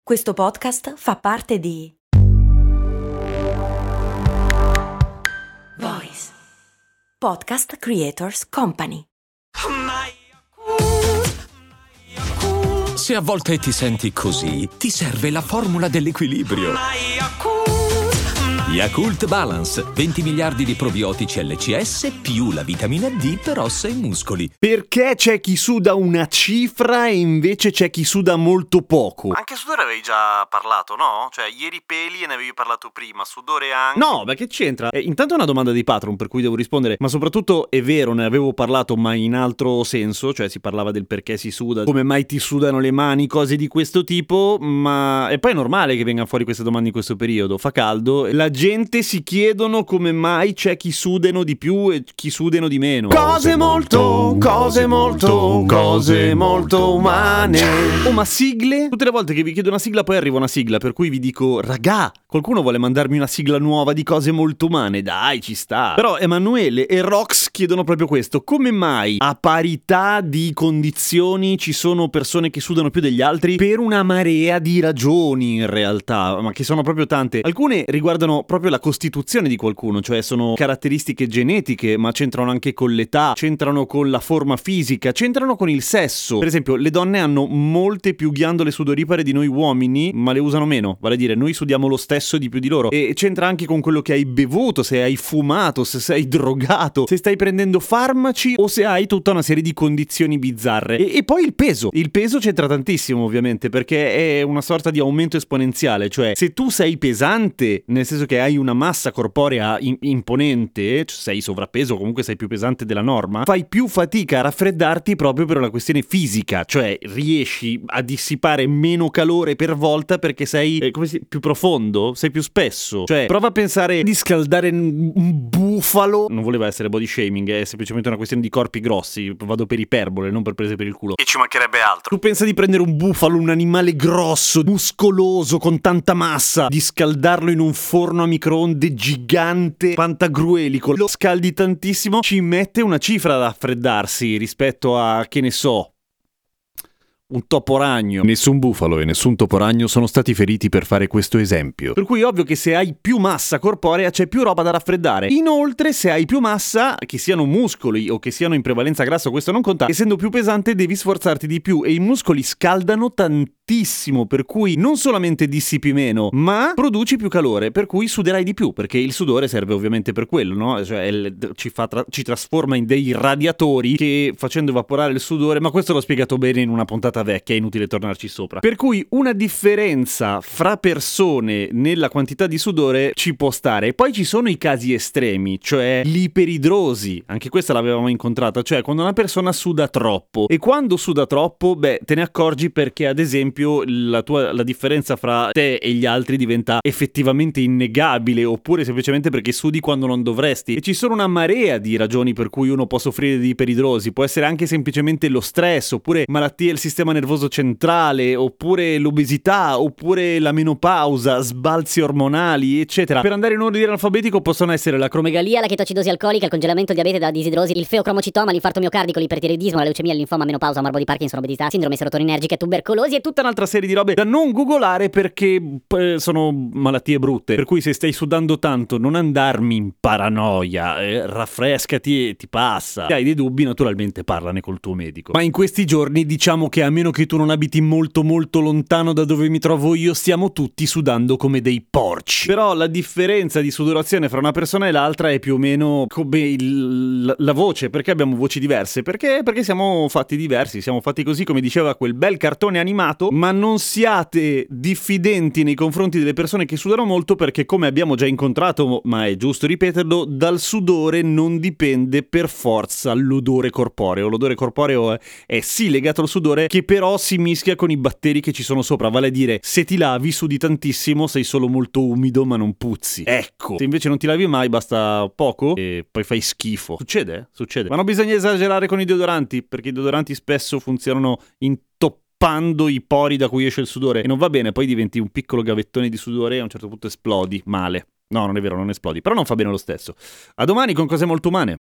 Questo podcast fa parte di Voice Podcast Creators Company. Se a volte ti senti così, ti serve la formula dell'equilibrio. Yakult Balance, 20 miliardi di probiotici LCS più la vitamina D per ossa e muscoli. Perché c'è chi suda una cifra e invece c'è chi suda molto poco? Anche sudore avevi già parlato, no? Cioè, ieri peli e ne avevi parlato prima, sudore anche... No, ma che c'entra? Intanto è una domanda di Patreon per cui devo rispondere, ma soprattutto è vero, ne avevo parlato ma in altro senso, cioè si parlava del perché si suda, come mai ti sudano le mani, cose di questo tipo, ma... E poi è normale che vengano fuori queste domande in questo periodo, fa caldo, la gente si chiedono come mai c'è chi sudano di più e chi sudano di meno. Cose molto umane. Oh, ma sigle? Tutte le volte che vi chiedo una sigla poi arriva una sigla, per cui vi dico, ragà, qualcuno vuole mandarmi una sigla nuova di cose molto umane? Dai, ci sta. Però Emanuele e Rox chiedono proprio questo, come mai a parità di condizioni ci sono persone che sudano più degli altri? Per una marea di ragioni in realtà, ma che sono proprio tante. Alcune riguardano proprio la costituzione di qualcuno, cioè sono caratteristiche genetiche, ma c'entrano anche con l'età, c'entrano con la forma fisica, c'entrano con il sesso. Per esempio, le donne hanno molte più ghiandole sudoripare di noi uomini, ma le usano meno, vale a dire noi sudiamo lo stesso di più di loro. E c'entra anche con quello che hai bevuto, se hai fumato, se sei drogato, se stai prendendo farmaci o se hai tutta una serie di condizioni bizzarre. E poi il peso c'entra tantissimo ovviamente, perché è una sorta di aumento esponenziale, cioè se tu sei pesante, nel senso che hai una massa corporea imponente, cioè sei sovrappeso o comunque sei più pesante della norma, fai più fatica a raffreddarti proprio per una questione fisica, cioè riesci a dissipare meno calore per volta perché sei più profondo, sei più spesso. Cioè prova a pensare di scaldare un bufalo, non voleva essere body shaming, è semplicemente una questione di corpi grossi, vado per iperbole, non per prese per il culo. E ci mancherebbe altro. Tu pensa di prendere un bufalo, un animale grosso, muscoloso, con tanta massa, di scaldarlo in un forno a microonde gigante, pantagruelico, lo scaldi tantissimo, ci mette una cifra ad raffreddarsi rispetto a, che ne so, un toporagno. Nessun bufalo e nessun toporagno sono stati feriti per fare questo esempio. Per cui è ovvio che se hai più massa corporea c'è più roba da raffreddare. Inoltre, se hai più massa, che siano muscoli o che siano in prevalenza grasso, questo non conta, essendo più pesante devi sforzarti di più e i muscoli scaldano tantissimo, per cui non solamente dissipi meno, ma produci più calore, per cui suderai di più, perché il sudore serve ovviamente per quello, no? Cioè ci trasforma in dei radiatori che, facendo evaporare il sudore, ma questo l'ho spiegato bene in una puntata vecchia, è inutile tornarci sopra. Per cui una differenza fra persone nella quantità di sudore ci può stare. Poi ci sono i casi estremi, cioè l'iperidrosi, anche questa l'avevamo incontrata, cioè quando una persona suda troppo, e quando suda troppo, te ne accorgi perché ad esempio la differenza fra te e gli altri diventa effettivamente innegabile, oppure semplicemente perché sudi quando non dovresti. E ci sono una marea di ragioni per cui uno può soffrire di iperidrosi, può essere anche semplicemente lo stress, oppure malattie del sistema nervoso centrale, oppure l'obesità, oppure la menopausa, sbalzi ormonali, eccetera. Per andare in ordine alfabetico possono essere la cromegalia, la chetoacidosi alcolica, il congelamento, il diabete da disidrosi, il feocromocitoma, l'infarto miocardico, l'ipertiroidismo, la leucemia, il linfoma, menopausa, morbo di Parkinson, obesità, sindrome serotoninergica, tubercolosi e tutta un'altra serie di robe da non googolare perché sono malattie brutte. Per cui se stai sudando tanto non andarmi in paranoia, raffrescati e ti passa. Se hai dei dubbi naturalmente parlane col tuo medico. Ma in questi giorni diciamo che a meno che tu non abiti molto molto lontano da dove mi trovo io, stiamo tutti sudando come dei porci. Però la differenza di sudorazione fra una persona e l'altra è più o meno come la voce. Perché abbiamo voci diverse? Perché siamo fatti diversi, siamo fatti così, come diceva quel bel cartone animato. Ma non siate diffidenti nei confronti delle persone che sudano molto, perché come abbiamo già incontrato, ma è giusto ripeterlo, dal sudore non dipende per forza l'odore corporeo. L'odore corporeo è sì legato al sudore, che però si mischia con i batteri che ci sono sopra, vale a dire, se ti lavi sudi tantissimo, sei solo molto umido ma non puzzi. Ecco, se invece non ti lavi mai, basta poco e poi fai schifo. Succede, ma non bisogna esagerare con i deodoranti, perché i deodoranti spesso funzionano intoppando i pori da cui esce il sudore e non va bene, poi diventi un piccolo gavettone di sudore e a un certo punto esplodi male. No, non è vero, non esplodi, però non fa bene lo stesso. A domani con cose molto umane.